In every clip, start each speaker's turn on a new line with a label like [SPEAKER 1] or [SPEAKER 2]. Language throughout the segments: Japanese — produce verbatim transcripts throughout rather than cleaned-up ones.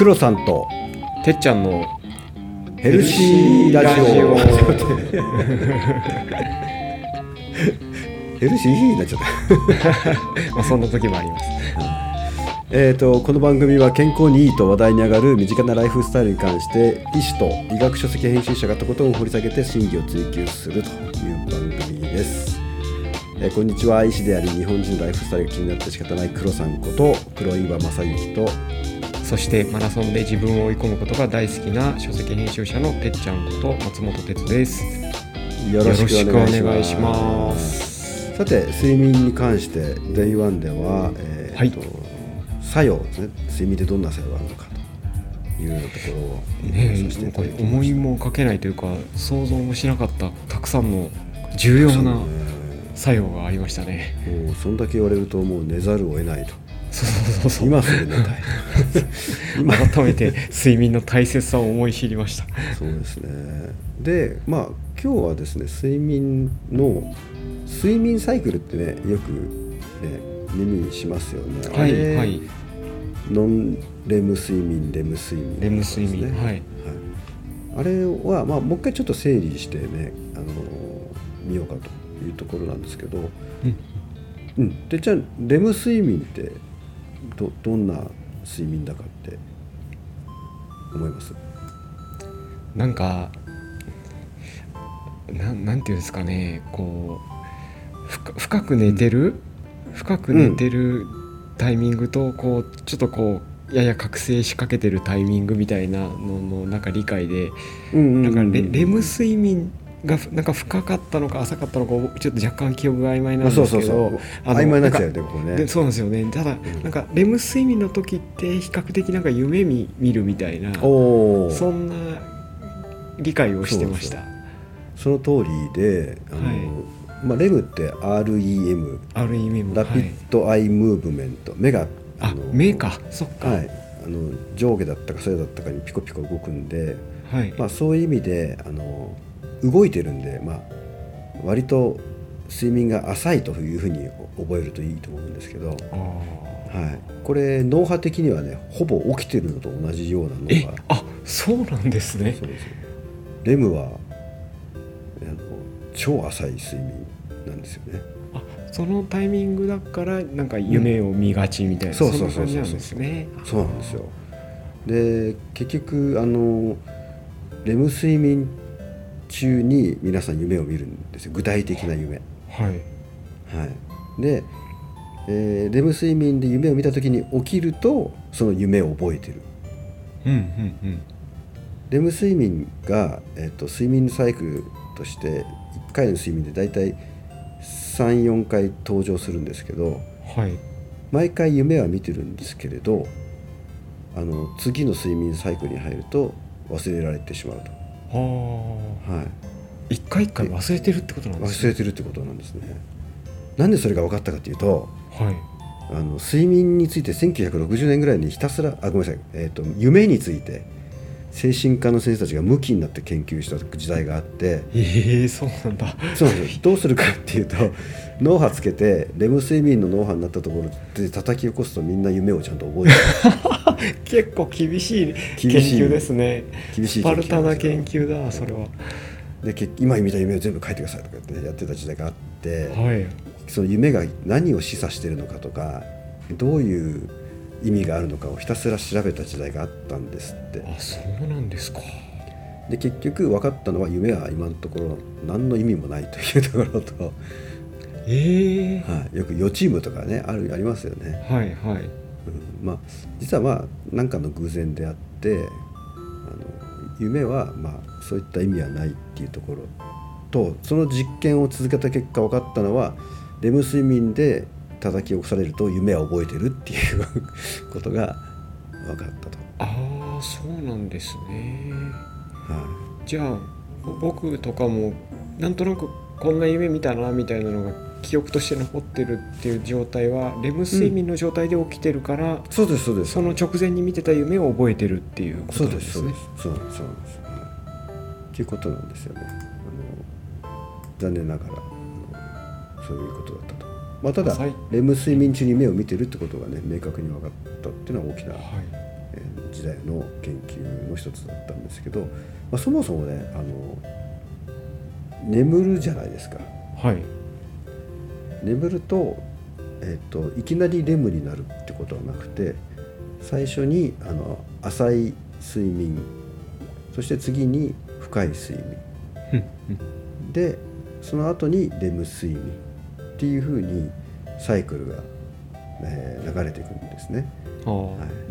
[SPEAKER 1] 黒さんと
[SPEAKER 2] てっちゃんの
[SPEAKER 1] ヘルシーラジオヘルシーになっちゃった
[SPEAKER 2] まあそんな時もあります。
[SPEAKER 1] えーとこの番組は健康にいいと話題に上がる身近なライフスタイルに関して医師と医学書籍編集者がとことん掘り下げて真偽を追求するという番組です。えー、こんにちは。医師であり日本人のライフスタイルが気になって仕方ない黒さんこと黒岩正幸と、
[SPEAKER 2] そしてマラソンで自分を追い込むことが大好きな書籍編集者のてっちゃんこと松本哲です。
[SPEAKER 1] よろしくお願いします。
[SPEAKER 2] よろしくお願いします。
[SPEAKER 1] さて睡眠に関してデイワンでは、えーとはい、作用ですね。睡眠でどんな作用があるのかというようなところを
[SPEAKER 2] ねえ、なんか思いもかけないというか想像もしなかったたくさんの重要な作用がありましたね。
[SPEAKER 1] もうそんだけ言われるともう寝ざるを得ないと。
[SPEAKER 2] そうそうそう、
[SPEAKER 1] 今すぐ寝たい
[SPEAKER 2] 今改めて睡眠の大切さを思い知りました。
[SPEAKER 1] そうですね。で、まあ今日はですね、睡眠の睡眠サイクルってねよくね耳にしますよね。
[SPEAKER 2] はいはい。
[SPEAKER 1] ノンレム睡眠、レム睡眠、
[SPEAKER 2] レム睡眠、はい、はい、
[SPEAKER 1] あれはまあもう一回ちょっと整理してね、あの見ようかというところなんですけど、うんうん、でじゃあレム睡眠ってどどんな睡眠だかって思います？
[SPEAKER 2] なんかななんていうんですかね、こう深く寝てる、うん、深く寝てるタイミングとこうちょっとこうやや覚醒しかけてるタイミングみたいなののなんか理解で、なんか レ, レム睡眠がなんか深かったのか浅かったのかちょっと若干記憶が曖昧なんですけど、そうそうそう、
[SPEAKER 1] あの曖昧になっちゃうよねここね。
[SPEAKER 2] でそうなんですよね。ただ、うん、なんかレム睡眠の時って比較的なんか夢見見るみたいな、そんな理解をしてました。
[SPEAKER 1] そうそう、その通りで、あの、はい、まあ、レムって アールイーエム、
[SPEAKER 2] アールイーエム、
[SPEAKER 1] ラピッドアイムーブメント、はい、目が
[SPEAKER 2] あの目か、そっか、
[SPEAKER 1] はい、あの上下だったか左右だったかにピコピコ動くんで、
[SPEAKER 2] はい、
[SPEAKER 1] まあ、そういう意味であの動いてるんで、まあ、割と睡眠が浅いというふうに覚えるといいと思うんですけど、はい、これ脳波的にはねほぼ起きてるのと同じような脳
[SPEAKER 2] 波。あ、そうなんですね。
[SPEAKER 1] そうです。レムはあの超浅い睡眠なんですよね。
[SPEAKER 2] あ、そのタイミングだからなんか夢を見がちみたいな、うん、そんな感じなんですね。
[SPEAKER 1] そうなんですよ。で結局あのレム睡眠中に皆さん夢を見るんですよ。具体的な夢。
[SPEAKER 2] はい。はい。
[SPEAKER 1] で、えー、レム睡眠で夢を見たときに起きるとその夢を覚えてる。
[SPEAKER 2] うんうんうん。
[SPEAKER 1] レム睡眠が、えーと、睡眠サイクルとしていっかいの睡眠でだいたいさん、よんかい登場するんですけど、
[SPEAKER 2] はい。
[SPEAKER 1] 毎回夢は見てるんですけれど、あの次の睡眠サイクルに入ると忘れられてしまうと。
[SPEAKER 2] はい、一回一回忘れてるってことなんです
[SPEAKER 1] ね。忘れてるってことなんですね。なんでそれが分かったかというと、
[SPEAKER 2] はい、
[SPEAKER 1] あの睡眠についてせんきゅうひゃくろくじゅうねんぐらいにひたすらあごめんなさい、えーと、夢について精神科の先生たちが向きになって研究した時代があって、
[SPEAKER 2] えー、そうなんだ。
[SPEAKER 1] そうなんですよ。どうするかっていうと脳波つけてレム睡眠の脳波になったところで叩き起こすとみんな夢をちゃんと覚えてる
[SPEAKER 2] 結構厳しい研究ですね。厳しいスパルタな研究だそれは。
[SPEAKER 1] で今見た夢を全部書いてくださいとかって、ね、やってた時代があって、
[SPEAKER 2] はい、
[SPEAKER 1] その夢が何を示唆しているのかとかどういう意味があるのかをひたすら調べた時代があったんですって。
[SPEAKER 2] あ、そうなんですか。
[SPEAKER 1] で結局分かったのは夢は今のところ何の意味もないというところと、
[SPEAKER 2] えー
[SPEAKER 1] はい、よく予知夢とかね あるありますよね。
[SPEAKER 2] はいはい、
[SPEAKER 1] うん、まあ、実はまあ何かの偶然であってあの夢はまあそういった意味はないっていうところと、その実験を続けた結果分かったのはレム睡眠で叩き起こされると夢は覚えてるっていうことが分かったと。
[SPEAKER 2] ああ、そうなんですね。
[SPEAKER 1] はい、
[SPEAKER 2] じゃあ僕とかもなんとなくこんな夢見たなみたいなのが記憶として残ってるっていう状態はレム睡眠の状態で起きてるから、うん、
[SPEAKER 1] そうですそうです。
[SPEAKER 2] その直前に見てた夢を覚えてるっていうことなんですね。
[SPEAKER 1] そうですそうですそうなんです、はい、っていうことなんですよね。あの残念ながらそういうことだったと。まあ、ただレム睡眠中に目を見てるってことがね明確に分かったっていうのは大きな時代の研究の一つだったんですけど、まあ、そもそもねあの眠るじゃないですか。
[SPEAKER 2] はい。
[SPEAKER 1] 眠ると、えっと、いきなりレムになるってことはなくて、最初にあの浅い睡眠、そして次に深い睡眠で、その後にレム睡眠っていうふうにサイクルが、えー、流れていくんですね。
[SPEAKER 2] あ、はい、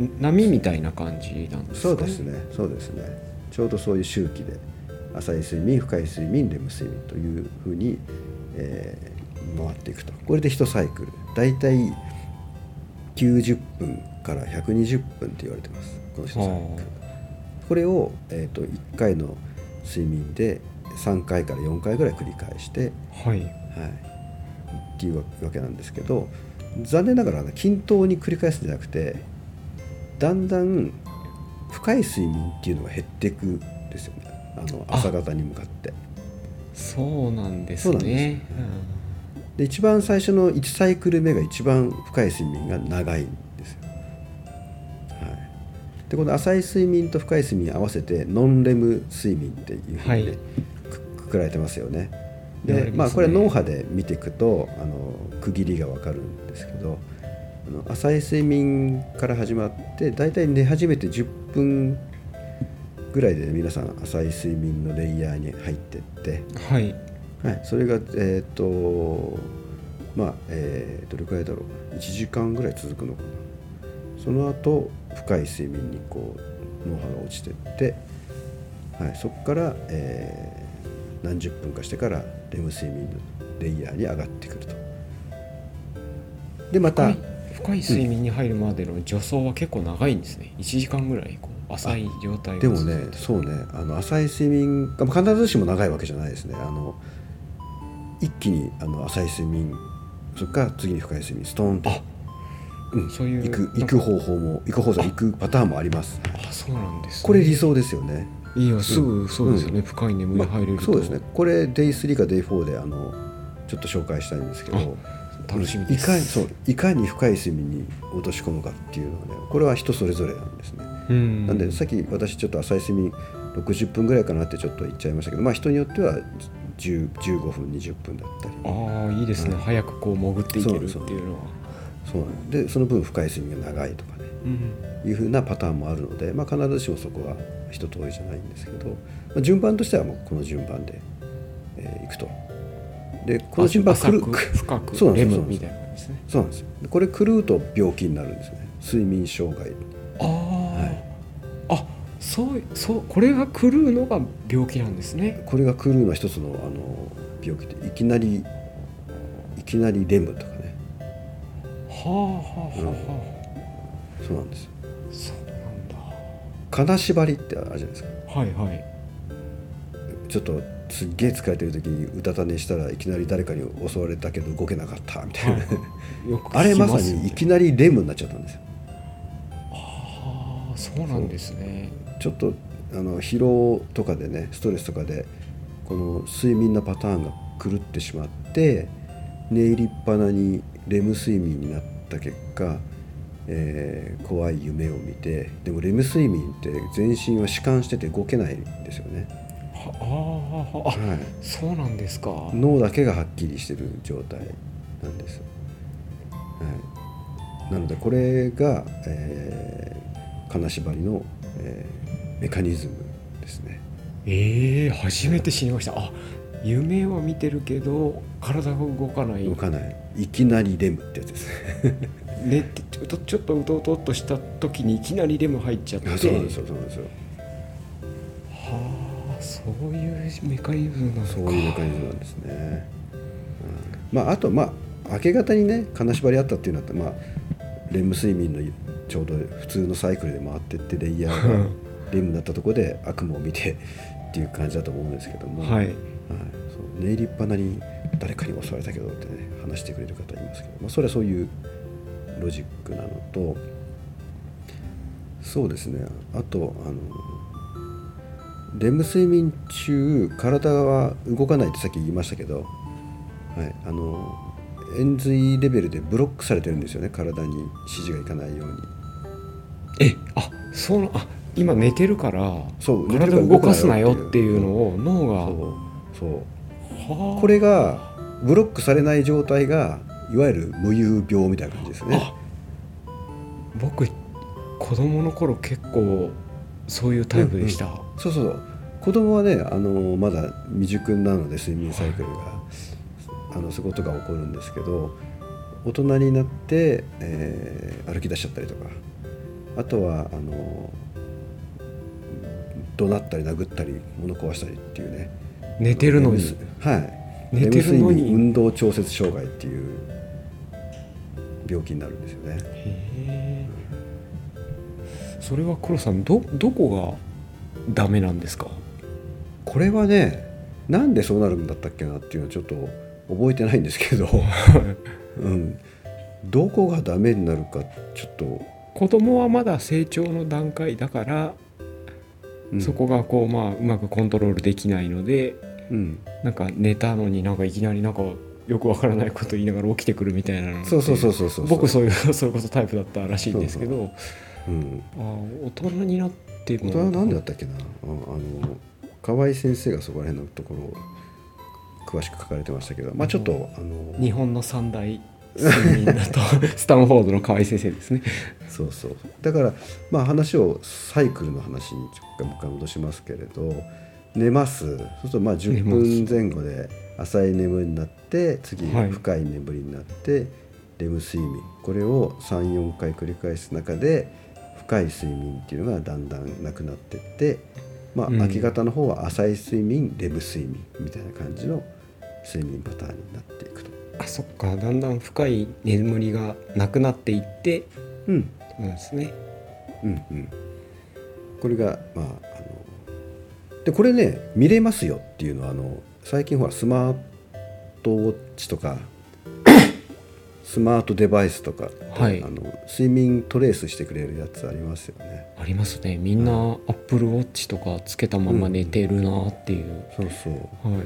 [SPEAKER 2] 波みたいな感じなんですかね。
[SPEAKER 1] そうですね、そうですね。ちょうどそういう周期で浅い睡眠、深い睡眠、レム睡眠というふうに、えー、回っていくと。これでいちサイクルだいたいきゅうじゅっぷんからひゃくにじゅっぷんって言われてます、このいちサイクル。これを、えー、といっかいの睡眠でさんかいからよんかいぐらい繰り返して、
[SPEAKER 2] はいはい、
[SPEAKER 1] っていうわけなんですけど、残念ながら均等に繰り返すんじゃなくて、だんだん深い睡眠っていうのが減っていくんですよね、あの朝方に向かって。
[SPEAKER 2] そうなんですね。そうなんです。
[SPEAKER 1] で一番最初のいちサイクル目が一番深い睡眠が長いんですよ。はい、でこの浅い睡眠と深い睡眠合わせてノンレム睡眠っていうふうに、ね、はい、くくられてますよね。でまあ、これ脳波で見ていくとあの区切りが分かるんですけど、あの浅い睡眠から始まってだいたい寝始めてじゅっぷんぐらいで、ね、皆さん浅い睡眠のレイヤーに入っていって、
[SPEAKER 2] はい
[SPEAKER 1] はい、それがえっ、ー、とまあ、えー、どれくらいだろう、いちじかんぐらい続くのかな。その後深い睡眠にこう脳波が落ちていって、はい、そこから、えー何十分かしてからレム睡眠のレイヤーに上がってくると。でまた
[SPEAKER 2] 深い、深い睡眠に入るまでの助走は結構長いんですね。いちじかんぐらいこう浅い状態が
[SPEAKER 1] でもね、そうね、あの浅い睡眠が必ずしも長いわけじゃないですね。あの一気にあの浅い睡眠、それから次に深い睡眠ストーンと、うん、そういう行く行く方法も行く方法行くパターンもあります。
[SPEAKER 2] あ、そうなんですね。
[SPEAKER 1] これ理想ですよね。
[SPEAKER 2] いやすぐそうですよね、うん、深い眠り入れると、
[SPEAKER 1] まあ、そうですね。これ デイスリー か デイフォー であのちょっと紹介したいんですけど、
[SPEAKER 2] 楽しみです。
[SPEAKER 1] いかに、そう、いかに深い睡眠に落とし込むかっていうのはね、これは人それぞれなんですね。うんなんでさっき私ちょっと浅い睡眠ろくじゅっぷんぐらいかなってちょっと言っちゃいましたけど、まあ、人によってはじゅう、じゅうごふんにじゅっぷんだったり。
[SPEAKER 2] ああいいですね、はい、早くこう潜っていけるっていうのは。
[SPEAKER 1] そうなんで、その分深い睡眠が長いとかね、うん、いう風なパターンもあるので、まあ、必ずしもそこは一通りじゃないんですけど、まあ、順番としてはもうこの順番で、えー、いくと。でこの順番
[SPEAKER 2] 浅く深くレムみたいな感じですね。
[SPEAKER 1] そうなんですよ。これ狂うと病気になるんですね、睡眠障害。
[SPEAKER 2] あ、はい、あ、そうそうこれが狂うのが病気なんですね。
[SPEAKER 1] これが狂うのは一つの、あの病気で、いきなりいきなりレムとかね。
[SPEAKER 2] はあはあはあは
[SPEAKER 1] あ、うん、そうなんですよ。
[SPEAKER 2] そうなんだ。
[SPEAKER 1] 金縛りってあるじゃないですか。
[SPEAKER 2] はいはい。
[SPEAKER 1] ちょっとすっげえ疲れてる時にうたた寝したらいきなり誰かに襲われたけど動けなかったみたいな、はい、よく聞きますね。あれまさにいきなりレムになっちゃったんですよ。
[SPEAKER 2] ああ、そうなんですね。
[SPEAKER 1] ちょっとあの疲労とかでね、ストレスとかでこの睡眠のパターンが狂ってしまって寝入りっぱなにレム睡眠になった結果、えー、怖い夢を見て、でもレム睡眠って全身は弛緩してて動けないんですよね。
[SPEAKER 2] ああ、はい、そうなんですか。
[SPEAKER 1] 脳だけがはっきりしてる状態なんです。はい、なのでこれが、えー、金縛りの、えー、メカニズムですね。
[SPEAKER 2] えー、初めて知りました。あ、夢は見てるけど体が動かない。
[SPEAKER 1] 動かない。いきなりレムってやつですね。
[SPEAKER 2] 寝てちょっとちょっとうとうとっとした時にいきなりレム入っちゃって。
[SPEAKER 1] そうなんですよ、そうなんですよ。
[SPEAKER 2] はあ、そういうメカニズムなんですか。
[SPEAKER 1] そういうメカニズムなんですね。うん、まああとまあ明け方にね金縛りあったっていうのは、まあレム睡眠のちょうど普通のサイクルで回ってってレイヤーがレムになったところで悪夢を見てっていう感じだと思うんですけども、
[SPEAKER 2] はい、はい、
[SPEAKER 1] そう寝入りっぱなに誰かに襲われたけどってね話してくれる方いますけど、まあ、それはそういうロジックなのと、そうですね、あとあのレム睡眠中体は動かないってさっき言いましたけど、はい、あの延髄レベルでブロックされてるんですよね、体に指示がいかないように。
[SPEAKER 2] えあそうあ今寝てるから
[SPEAKER 1] そう
[SPEAKER 2] 体を動かすなよっていうのを脳が
[SPEAKER 1] そうそうこれがブロックされない状態がいわゆる無遊病みたいな感じですね。
[SPEAKER 2] あ僕子供の頃結構そういうタイプでした、
[SPEAKER 1] うんうん、そうそう子供はねあのまだ未熟なので睡眠サイクルが、はい、あのそういうことが起こるんですけど大人になって、えー、歩き出しちゃったりとかあとはあの怒鳴ったり殴ったり物壊したりっていうね
[SPEAKER 2] 寝てるのに
[SPEAKER 1] はい寝てるのに運動調節障害っていう病気になるんですよね。
[SPEAKER 2] へーそれは黒さん ど, どこがダメなんですか？
[SPEAKER 1] これはねなんでそうなるんだったっけなっていうのはちょっと覚えてないんですけど、うん、どこがダメになるかちょっと
[SPEAKER 2] 子供はまだ成長の段階だから、うん、そこがこう、まあ、うまくコントロールできないので、うん、なんか寝たのになんかいきなりなんかよくわからないこと言いながら起きてくるみたいなの
[SPEAKER 1] そうそうそうそうそう
[SPEAKER 2] 僕そういうそういうことタイプだったらしいんですけど、うん、あ大人になっても
[SPEAKER 1] 大人は何だったっけなああの河合先生がそこら辺のところを詳しく書かれてましたけど、まあ、ちょっとあの
[SPEAKER 2] 日本の三大睡眠だとスタンフォードの河合先生ですね。
[SPEAKER 1] そうそうだからまあ話をサイクルの話にちょっと戻しますけれど寝ますそうするとまあじゅっぷんぜん後で浅い眠りになって次深い眠りになって、はい、レム睡眠これを さん,よん 回繰り返す中で深い睡眠っていうのがだんだんなくなっていってまあ、明け方の方は浅い睡眠レム睡眠みたいな感じの睡眠パターンになっていくと。
[SPEAKER 2] あそっかだんだん深い眠りがなくなっていって
[SPEAKER 1] うん
[SPEAKER 2] そうですね
[SPEAKER 1] うんうんこれがまああのでこれね見れますよっていうのはあの最近ほらスマートウォッチとかスマートデバイスとか、はい、あの睡眠トレースしてくれるやつありますよね。
[SPEAKER 2] ありますねみんな、うん、アップルウォッチとかつけたまま寝てるなっていう、
[SPEAKER 1] うん、そうそう、
[SPEAKER 2] はい、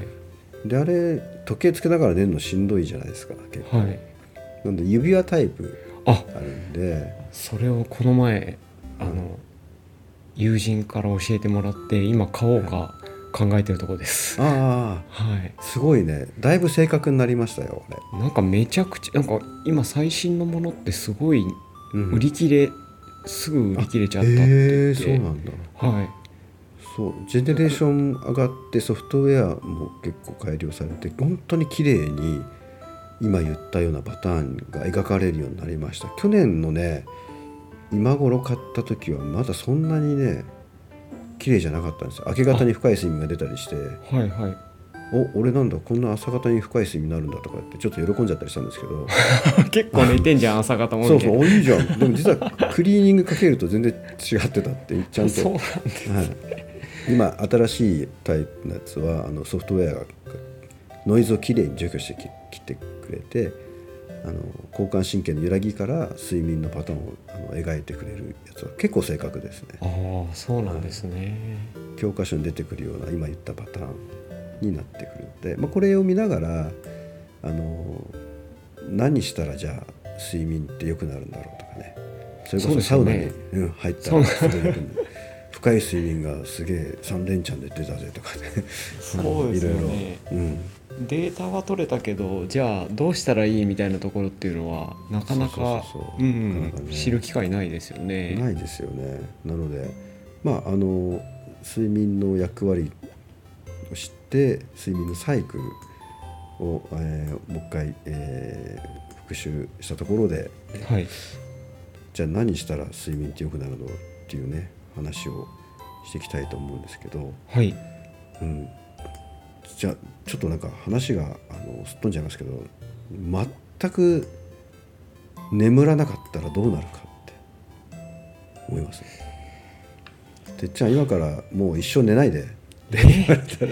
[SPEAKER 1] であれ時計つけながら寝るのしんどいじゃないですか結構、はい、なんで指輪タイプあるんで
[SPEAKER 2] それをこの前あの、うん、友人から教えてもらって今買おうか考えてるところです。
[SPEAKER 1] ああ、はい、すごいねだいぶ正確になりましたよあれ。
[SPEAKER 2] なんかめちゃくちゃなんか今最新のものってすごい売り切れ、うん、すぐ売り切れちゃったって言って。
[SPEAKER 1] へえそうなんだ。
[SPEAKER 2] はい
[SPEAKER 1] そうジェネレーション上がってソフトウェアも結構改良されて本当に綺麗に今言ったようなパターンが描かれるようになりました。去年のね今頃買った時はまだそんなにね綺麗じゃなかったんですよ。明け方に深い睡眠が出たりして、
[SPEAKER 2] はいはい、
[SPEAKER 1] お俺なんだこんな朝方に深い睡眠になるんだとかってちょっと喜んじゃったりしたんですけど
[SPEAKER 2] 結構寝てんじゃん朝方も
[SPEAKER 1] そうそういいじゃんでも実はクリーニングかけると全然違ってたってちゃんと
[SPEAKER 2] そうなんですね、はい、
[SPEAKER 1] 今新しいタイプのやつはあのソフトウェアがノイズをきれいに除去してきてくれてあの交感神経の揺らぎから睡眠のパターンをあの描いてくれるやつは結構正確ですね。
[SPEAKER 2] ああそうなんですね。
[SPEAKER 1] 教科書に出てくるような今言ったパターンになってくるので、まあ、これを見ながらあの何したらじゃあ睡眠って良くなるんだろうとかねそれこそサウナに、ねうん、入ったら深い睡眠がすげえさん連チャンで出たぜとかね
[SPEAKER 2] そうですよねいろいろ、うんデータは取れたけどじゃあどうしたらいいみたいなところっていうのはなかなか知る機会ないですよね。
[SPEAKER 1] ないですよね。なのでまああの睡眠の役割を知って睡眠のサイクルを、えー、もう一回、えー、復習したところで、
[SPEAKER 2] はい、
[SPEAKER 1] じゃあ何したら睡眠って良くなるのっていうね話をしていきたいと思うんですけど、
[SPEAKER 2] はい
[SPEAKER 1] うんじゃあちょっとなんか話があのすっ飛んじゃいますけど全く眠らなかったらどうなるかって思います。てっちゃん今からもう一生寝ないでって言われたら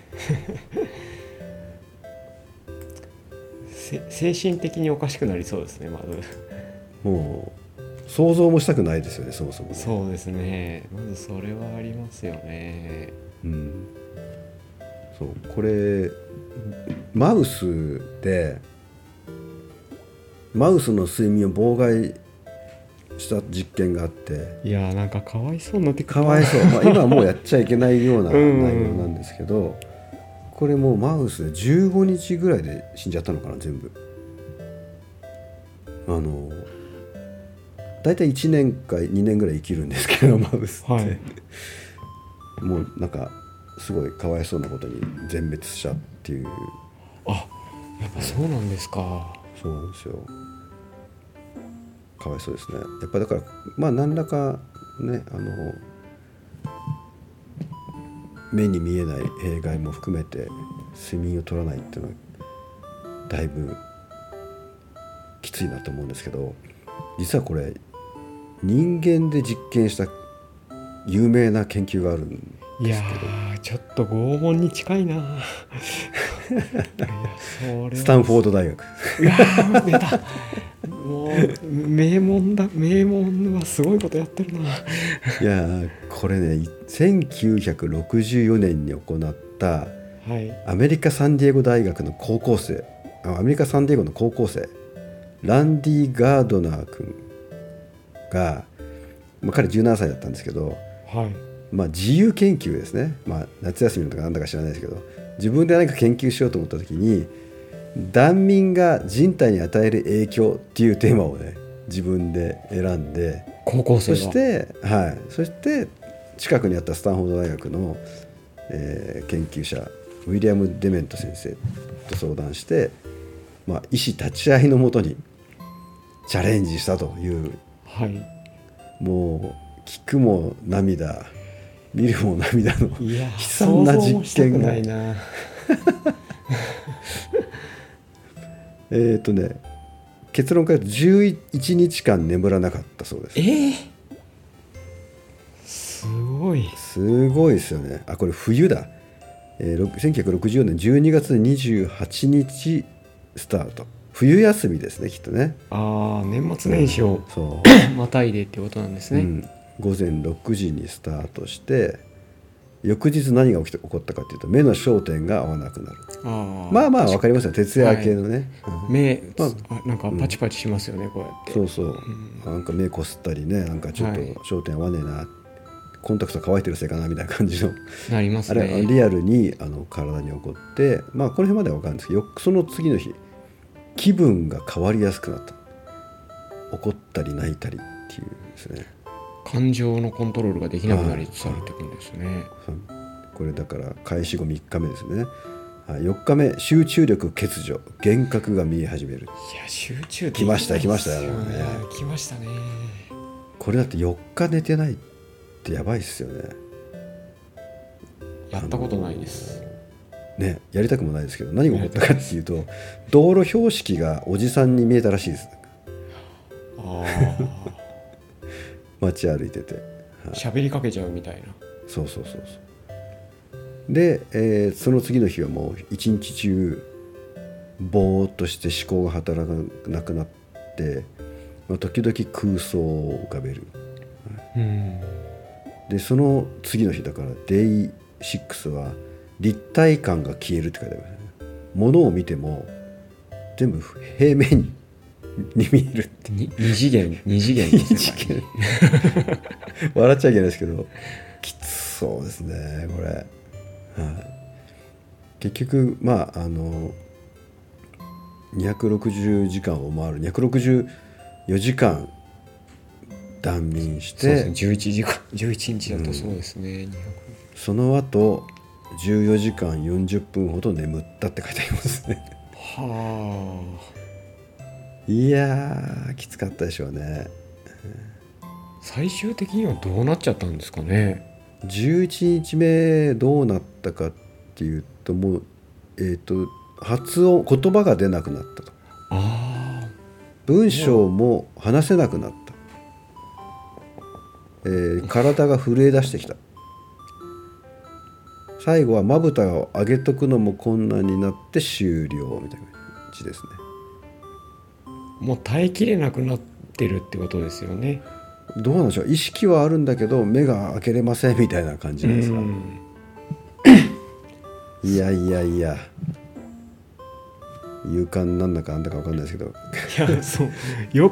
[SPEAKER 2] 精神的におかしくなりそうですねまず。
[SPEAKER 1] もう想像もしたくないですよねそもそも、ね、
[SPEAKER 2] そうですねまずそれはありますよね。
[SPEAKER 1] うんそうこれマウスでマウスの睡眠を妨害した実験があって、
[SPEAKER 2] いやーなんかかわいそうになってくる
[SPEAKER 1] かわいそう、まあ、今はもうやっちゃいけないような内容なんですけど、これもうマウスでじゅうごにちぐらいで死んじゃったのかな全部。あのだいたいいちねんかにねんぐらい生きるんですけどマウスって、はい、もうなんかすごいかわいそうなことに全滅しちゃうっていう。
[SPEAKER 2] あ、やっぱそうなんですか。
[SPEAKER 1] そうなんですよ。かわいそうですね。やっぱだからまあ何らかね、あの目に見えない弊害も含めて睡眠を取らないっていうのはだいぶきついなと思うんですけど、実はこれ人間で実験した有名な研究があるんですけど。いや
[SPEAKER 2] ーちょっと拷問に近いな。いやそれは
[SPEAKER 1] スタンフォード大学。
[SPEAKER 2] いやー出た。もう名門だ、名門はすごいことやってるな。い
[SPEAKER 1] やーこれねせんきゅうひゃくろくじゅうよねんに行ったアメリカサンディエゴ大学の高校生、アメリカサンディエゴの高校生ランディ・ガードナー君が、まあ、彼じゅうななさいだったんですけど、
[SPEAKER 2] はい
[SPEAKER 1] まあ、自由研究ですね、まあ、夏休みのとかなんだか知らないですけど自分で何か研究しようと思った時に断眠が人体に与える影響っていうテーマをね自分で選んで、
[SPEAKER 2] 高校生が
[SPEAKER 1] そして、はい、そして近くにあったスタンフォード大学の、えー、研究者ウィリアム・デメント先生と相談して、まあ、医師立ち会いのもとにチャレンジしたという、
[SPEAKER 2] はい、
[SPEAKER 1] もう聞くも涙見るも涙の
[SPEAKER 2] 悲
[SPEAKER 1] 惨な実験がえっとね結論から言うとじゅういちにちかん眠らなかったそうです。
[SPEAKER 2] えー、すごい
[SPEAKER 1] すごいですよね。あこれ冬だ、えー、せんきゅうひゃくろくじゅうよねんじゅうにがつにじゅうはちにちスタート、冬休みですねきっとね。
[SPEAKER 2] ああ年末年始を、うん、またいでってことなんですね、うん、
[SPEAKER 1] 午前ろくじにスタートして翌日何が起きて起こったかというと目の焦点が合わなくなる。あまあまあ分かりますよ徹夜系のね、
[SPEAKER 2] はいうん、目、まあ、なんかパチパチしますよね、うん、こうやって
[SPEAKER 1] そうそう、うん、なんか目こすったりねなんかちょっと焦点合わねえな、はい、コンタクト乾いてるせいかなみたいな感じの
[SPEAKER 2] なりますね。
[SPEAKER 1] あれリアルにあの体に起こってまあこの辺までは分かるんですけどその次の日気分が変わりやすくなった、怒ったり泣いたりっていうですね
[SPEAKER 2] 感情のコントロールができなくなりされていくんですね。
[SPEAKER 1] これだから開始後みっかめですね。よっかめ集中力欠如幻覚が見え始める。い
[SPEAKER 2] や集中
[SPEAKER 1] きましたきましたよね。
[SPEAKER 2] きましたね。
[SPEAKER 1] これだってよっか寝てないってやばいっすよね。
[SPEAKER 2] やったことないです
[SPEAKER 1] ね、やりたくもないですけど何が起こったかっていうと道路標識がおじさんに見えたらしいです。あ街歩いてて
[SPEAKER 2] 喋、はい、りかけちゃうみたいな。
[SPEAKER 1] そうそうそうそうで、えー、その次の日はもう一日中ぼーっとして思考が働かなくなって、まあ、時々空想を浮かべる、はい、うんでその次の日だからデイろくは立体感が消えるって書いてある、ね、物を見ても全部平面に見えるって
[SPEAKER 2] に二次元二次元二次元
[SPEAKER 1] 笑っちゃいけないですけどきつそうですねこれ、はい、結局まああのにひゃくろくじゅうじかんを回るにひゃくろくじゅうよじかん断眠してそうですね
[SPEAKER 2] じゅういちじかんじゅういちにちだとそうですね、うん、
[SPEAKER 1] その後じゅうよじかんよんじゅっぷんほど眠ったって書いてありますね。はあいやーきつかったでしょうね。
[SPEAKER 2] 最終的にはどうなっちゃったんですかね。
[SPEAKER 1] じゅういちにちめどうなったかっていうともうえっ、ー、と発音言葉が出なくなったと。あ文章も話せなくなった、えー、体が震え出してきた。最後はまぶたを上げとくのも困難になって終了みたいな感じですね。
[SPEAKER 2] もう耐えきれなくなってるってことですよね。
[SPEAKER 1] どうなんでしょう意識はあるんだけど目が開けれませんみたいな感じですか。いやいやいや勇敢なんだかなんだか分かんないですけど
[SPEAKER 2] いやそうよくやった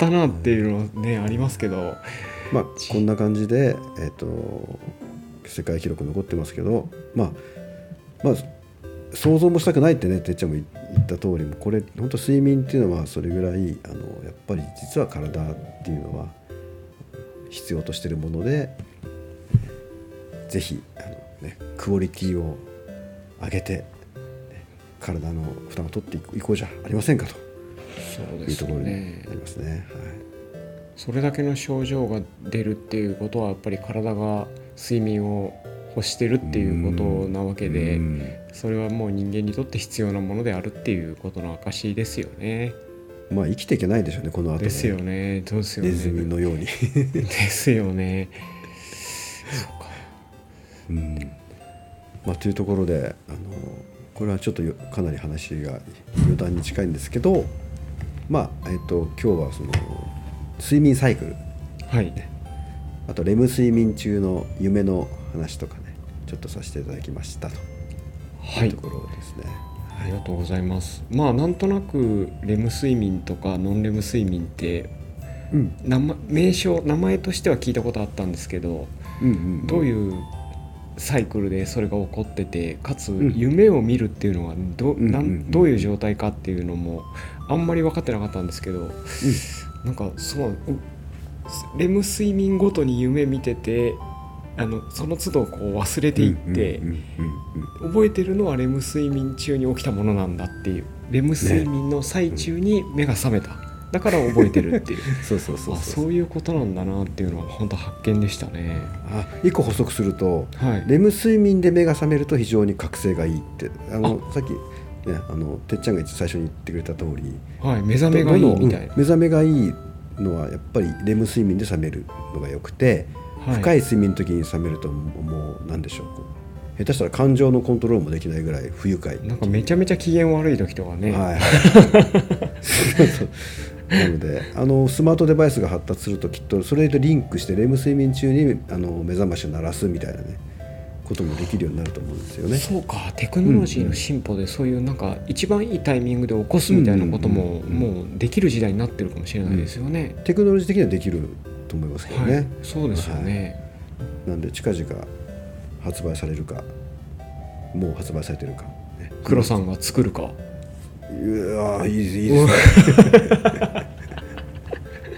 [SPEAKER 2] ったなっていうのはね、うん、ありますけど、
[SPEAKER 1] まあこんな感じで、えー、と世界記録残ってますけど、まあまあ想像もしたくないってね、てっちゃんも言った通り、もこれ本当睡眠っていうのはそれぐらいあのやっぱり実は体っていうのは必要としているもので、ぜひあの、ね、クオリティを上げて、ね、体の負担を取っていこうじゃありませんかと、
[SPEAKER 2] そうですね、
[SPEAKER 1] いうところになりますね。はい、
[SPEAKER 2] それだけの症状が出るっていうことはやっぱり体が睡眠を欲してるっていうことなわけで、それはもう人間にとって必要なものであるっていうことの証ですよね。
[SPEAKER 1] まあ生きていけないでしょうね、この後ね。
[SPEAKER 2] ですよね。どうですよね。
[SPEAKER 1] ネズミのように
[SPEAKER 2] ですよね。そうか。
[SPEAKER 1] うん。まあというところで、あのこれはちょっとかなり話が余談に近いんですけど、まあえっと今日はその睡眠サイクル、
[SPEAKER 2] はい、
[SPEAKER 1] あとレム睡眠中の夢の話とかね、ちょっとさせていただきましたというところですね。
[SPEAKER 2] はい、ありがとうございます。まあなんとなくレム睡眠とかノンレム睡眠って、うん、名, 名称名前としては聞いたことあったんですけど、うんうんうん、どういうサイクルでそれが起こってて、かつ夢を見るっていうのは ど,、うん、なんどういう状態かっていうのもあんまり分かってなかったんですけど、うん、なんかそうレム睡眠ごとに夢見てて、あのその都度こう忘れていって、覚えてるのはレム睡眠中に起きたものなんだっていう、レム睡眠の最中に目が覚めた、ね、だから覚えてるっていう
[SPEAKER 1] そうそうそうそう、
[SPEAKER 2] あ、そういうことなんだなっていうのは本当発見でしたね。
[SPEAKER 1] あ、一個補足すると、はい、レム睡眠で目が覚めると非常に覚醒がいいって、あのさっき、ね、あのてっちゃんが最初に言ってくれた通り、
[SPEAKER 2] はい、目覚めがいいみたいな、
[SPEAKER 1] うん、目覚めがいいのはやっぱりレム睡眠で覚めるのがよくて、はい、深い睡眠の時に覚めるともう何でしょう、下手したら感情のコントロールもできないぐらい不愉快、
[SPEAKER 2] なんかめちゃめちゃ機嫌悪い時とかね、はい、
[SPEAKER 1] そうそうなのであのスマートデバイスが発達するときっとそれとリンクしてレム睡眠中にあの目覚ましを鳴らすみたいなねこともできるようになると思うんですよね。
[SPEAKER 2] そうか、テクノロジーの進歩でそういうなんか一番いいタイミングで起こすみたいなことももうできる時代になってるかもしれないですよね、
[SPEAKER 1] うん、テクノロジー的にはできると思いますけどね、はい、
[SPEAKER 2] そうですよね、
[SPEAKER 1] はい、なんで近々発売されるか、もう発売されてるか、
[SPEAKER 2] ね、黒さんが作るか、
[SPEAKER 1] いやいいですいいですねはい、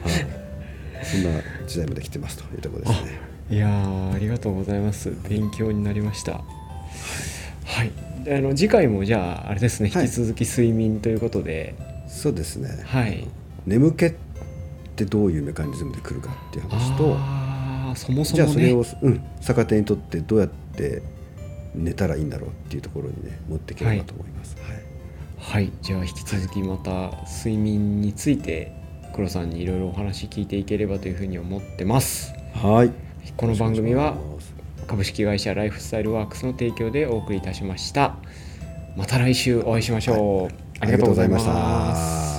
[SPEAKER 1] そんな時代まで来てますというところですね。
[SPEAKER 2] いやありがとうございます。勉強になりました。はい、あの次回もじゃああれですね、引き続き睡眠ということで、
[SPEAKER 1] はい、そうですね、
[SPEAKER 2] はい、
[SPEAKER 1] 眠気ってどういうメカニズムで来るかっていう話と、
[SPEAKER 2] あそもそもね、
[SPEAKER 1] じゃあそれを、うん、逆手にとってどうやって寝たらいいんだろうっていうところにね持っていければと思います。はい、
[SPEAKER 2] はいはい、じゃあ引き続きまた睡眠について黒さんにいろいろお話聞いていければというふうに思ってます。
[SPEAKER 1] はい、
[SPEAKER 2] この番組は株式会社ライフスタイルワークスの提供でお送りいたしました。また来週お会いしましょう。はい、
[SPEAKER 1] ありがとうございました。